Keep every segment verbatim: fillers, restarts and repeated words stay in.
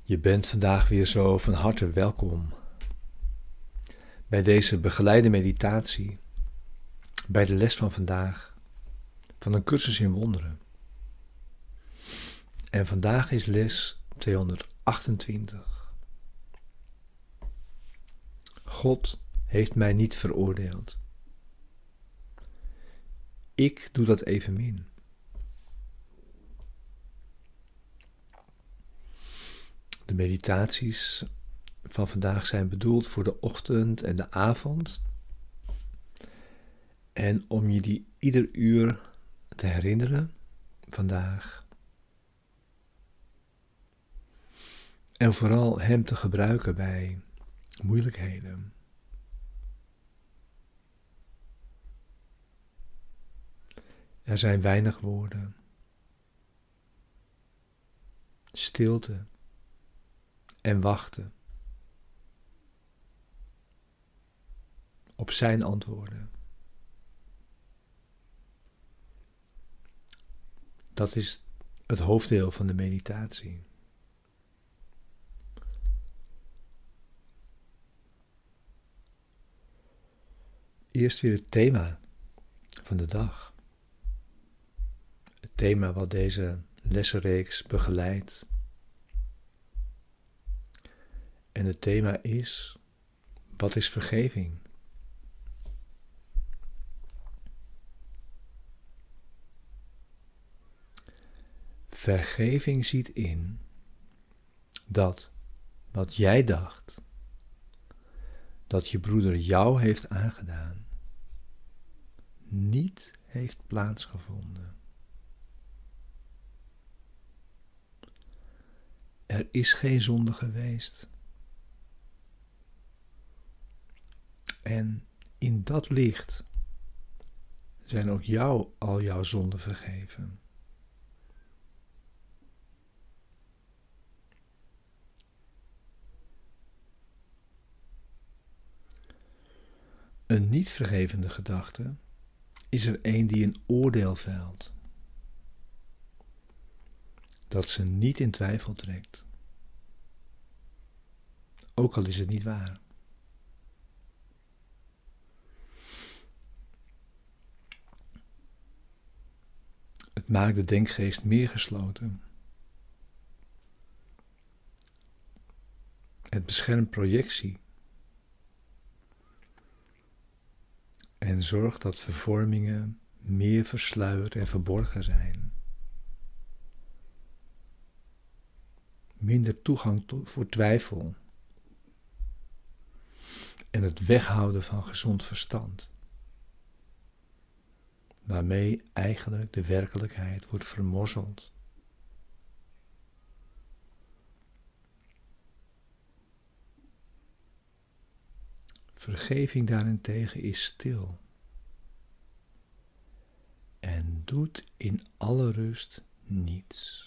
Je bent vandaag weer zo van harte welkom bij deze begeleide meditatie, bij de les van vandaag van een cursus in wonderen. En vandaag is les tweehonderdachtentwintig. God heeft mij niet veroordeeld. Ik doe dat evenmin. De meditaties van vandaag zijn bedoeld voor de ochtend en de avond. En om je die ieder uur te herinneren vandaag. En vooral hem te gebruiken bij moeilijkheden. Er zijn weinig woorden. Stilte. En wachten op zijn antwoorden. Dat is het hoofddeel van de meditatie. Eerst weer het thema van de dag. Het thema wat deze lessenreeks begeleidt. En het thema is, wat is vergeving? Vergeving ziet in dat wat jij dacht, dat je broeder jou heeft aangedaan, niet heeft plaatsgevonden. Er is geen zonde geweest. En in dat licht zijn ook jou al jouw zonden vergeven. Een niet vergevende gedachte is er een die een oordeel velt, dat ze niet in twijfel trekt, ook al is het niet waar. Het maakt de denkgeest meer gesloten. Het beschermt projectie. En zorgt dat vervormingen meer versluierd en verborgen zijn. Minder toegang to- voor twijfel. En het weghouden van gezond verstand. Waarmee eigenlijk de werkelijkheid wordt vermorzeld. Vergeving daarentegen is stil. En doet in alle rust niets.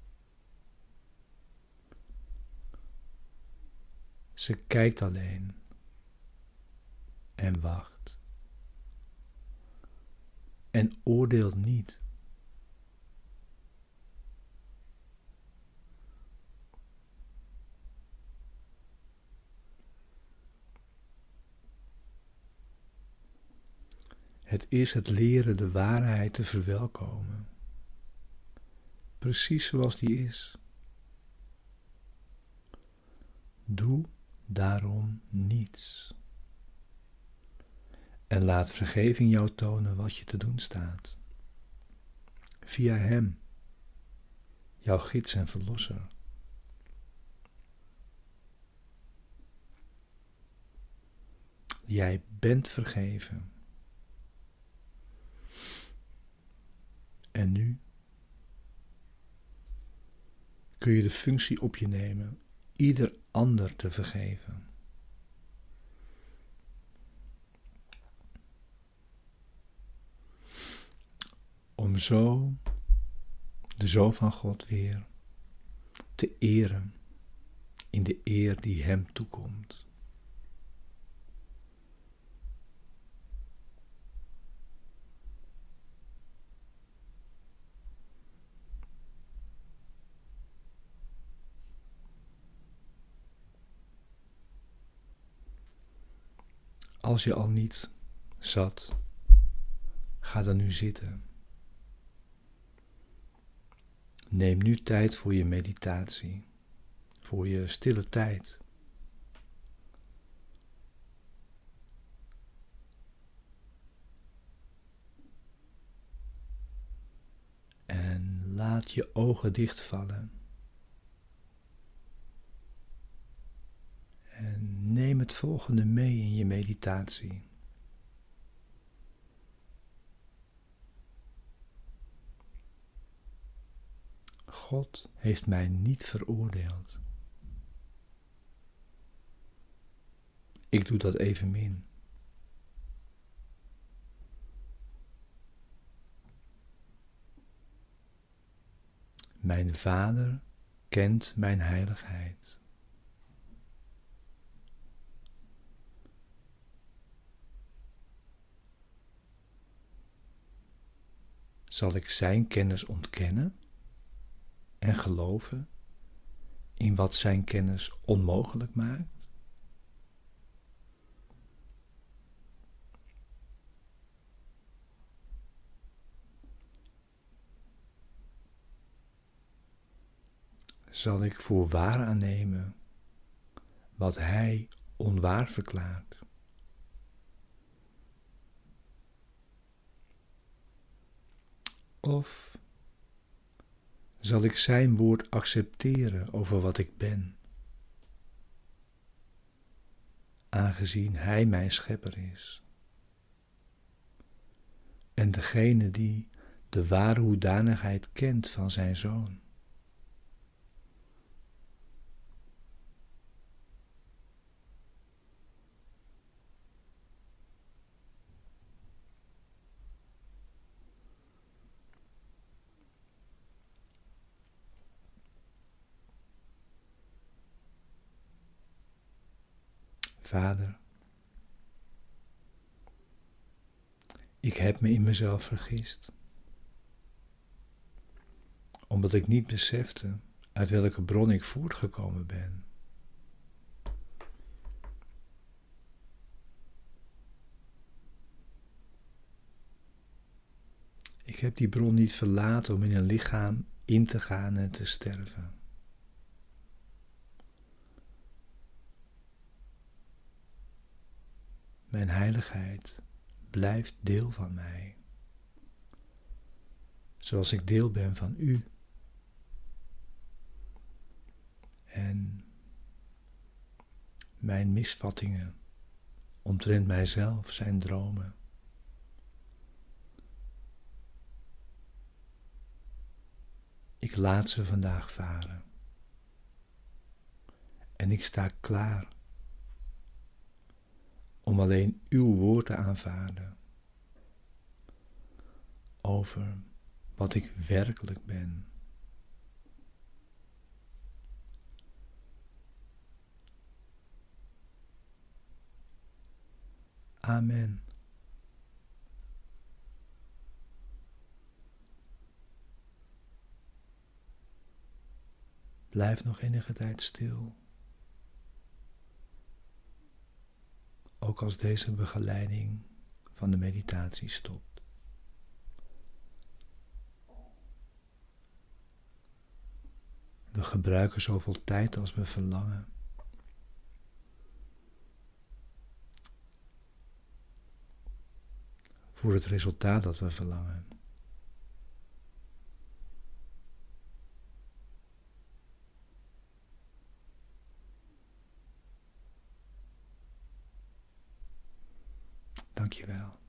Ze kijkt alleen. En wacht. En oordeelt niet. Het is het leren de waarheid te verwelkomen. Precies zoals die is. Doe daarom niets. En laat vergeving jou tonen wat je te doen staat. Via hem, jouw gids en verlosser. Jij bent vergeven. En nu kun je de functie op je nemen ieder ander te vergeven. Om zo de Zoon van God weer te eren in de eer die hem toekomt. Als je al niet zat, ga dan nu zitten. Neem nu tijd voor je meditatie, voor je stille tijd. En laat je ogen dichtvallen. En neem het volgende mee in je meditatie. God heeft mij niet veroordeeld. Ik doe dat evenmin. Mijn Vader kent mijn heiligheid. Zal ik zijn kennis ontkennen en geloven in wat zijn kennis onmogelijk maakt? Zal ik voor waar aannemen wat hij onwaar verklaart? Of zal ik zijn woord accepteren over wat ik ben, aangezien hij mijn schepper is en degene die de ware hoedanigheid kent van zijn zoon? Vader, ik heb me in mezelf vergist, omdat ik niet besefte uit welke bron ik voortgekomen ben. Ik heb die bron niet verlaten om in een lichaam in te gaan en te sterven. Mijn heiligheid blijft deel van mij, zoals ik deel ben van u. En mijn misvattingen omtrent mijzelf zijn dromen. Ik laat ze vandaag varen. En ik sta klaar om alleen uw woord te aanvaarden over wat ik werkelijk ben. Amen. Blijf nog enige tijd stil. Ook als deze begeleiding van de meditatie stopt. We gebruiken zoveel tijd als we verlangen. Voor het resultaat dat we verlangen. Dank je wel.